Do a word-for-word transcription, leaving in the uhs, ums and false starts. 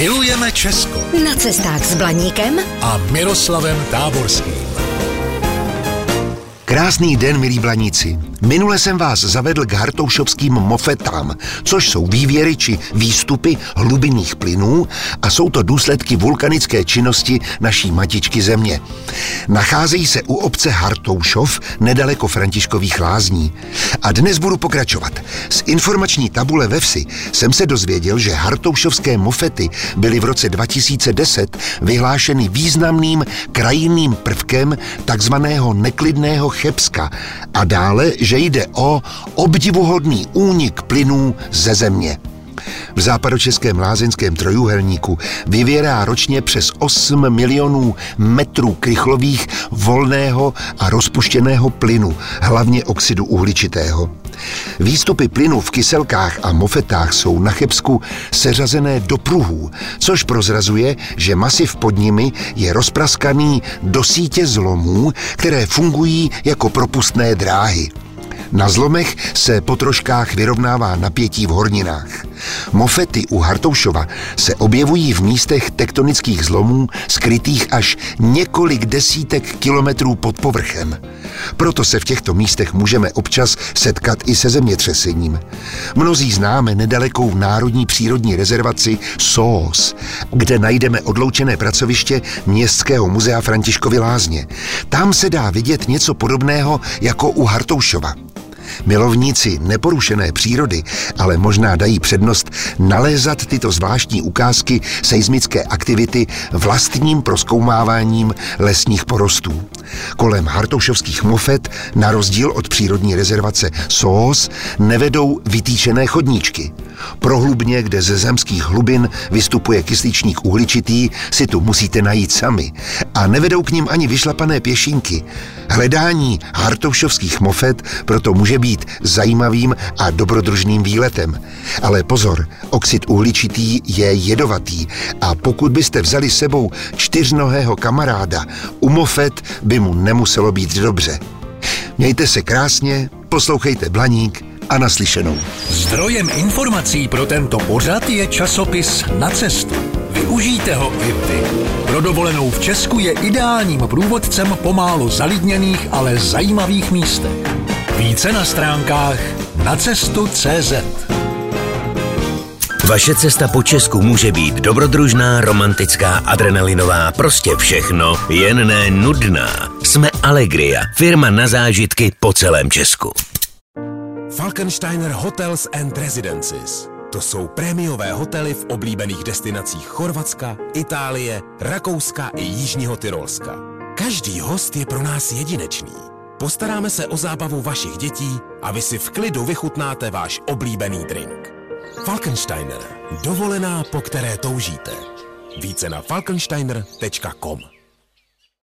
Milujeme Česko. Na cestách s Blaníkem a Miroslavem Táborským. Krásný den, milí blaníci. Minule jsem vás zavedl k hartoušovským mofetám, což jsou vývěry či výstupy hlubinných plynů a jsou to důsledky vulkanické činnosti naší matičky Země. Nacházejí se u obce Hartoušov nedaleko Františkových Lázní. A dnes budu pokračovat. Z informační tabule ve vsi jsem se dozvěděl, že hartoušovské mofety byly v roce dva tisíce deset vyhlášeny významným krajinným prvkem takzvaného neklidného Chebska a dále, že jde o obdivuhodný únik plynů ze Země. V západočeském lázeňském trojúhelníku vyvěrá ročně přes osm milionů metrů krychlových volného a rozpuštěného plynu, hlavně oxidu uhličitého. Výstupy plynu v kyselkách a mofetách jsou na Chebsku seřazené do pruhů, což prozrazuje, že masiv pod nimi je rozpraskaný do sítě zlomů, které fungují jako propustné dráhy. Na zlomech se po troškách vyrovnává napětí v horninách. Mofety u Hartoušova se objevují v místech tektonických zlomů skrytých až několik desítek kilometrů pod povrchem. Proto se v těchto místech můžeme občas setkat i se zemětřesením. Mnozí známe nedalekou národní přírodní rezervaci Soos, kde najdeme odloučené pracoviště Městského muzea Františkovy Lázně. Tam se dá vidět něco podobného jako u Hartoušova. Milovníci neporušené přírody ale možná dají přednost nalézat tyto zvláštní ukázky seismické aktivity vlastním prozkoumáváním lesních porostů. Kolem hartoušovských mofet, na rozdíl od přírodní rezervace Soos, nevedou vytýčené chodníčky. Prohlubně, kde ze zemských hlubin vystupuje kysličník uhličitý, si tu musíte najít sami. A nevedou k nim ani vyšlapané pěšinky. Hledání hartoušovských mofet proto může být zajímavým a dobrodružným výletem. Ale pozor, oxid uhličitý je jedovatý a pokud byste vzali sebou čtyřnohého kamaráda, u mofet by mu nemuselo být dobře. Mějte se krásně, poslouchejte Blaník a naslyšenou. Zdrojem informací pro tento pořad je časopis Na cestu. Využijte ho i vy. Pro dovolenou v Česku je ideálním průvodcem po málo zalidněných, ale zajímavých místech. Více na stránkách nacestu tečka cé zet. Vaše cesta po Česku může být dobrodružná, romantická, adrenalinová, prostě všechno, jen ne nudná. Jsme Allegria, firma na zážitky po celém Česku. Falkensteiner Hotels and Residences. To jsou prémiové hotely v oblíbených destinacích Chorvatska, Itálie, Rakouska i Jižního Tyrolska. Každý host je pro nás jedinečný. Postaráme se o zábavu vašich dětí a vy si v klidu vychutnáte váš oblíbený drink. Falkensteiner. Dovolená, po které toužíte. Více na falkensteiner tečka com.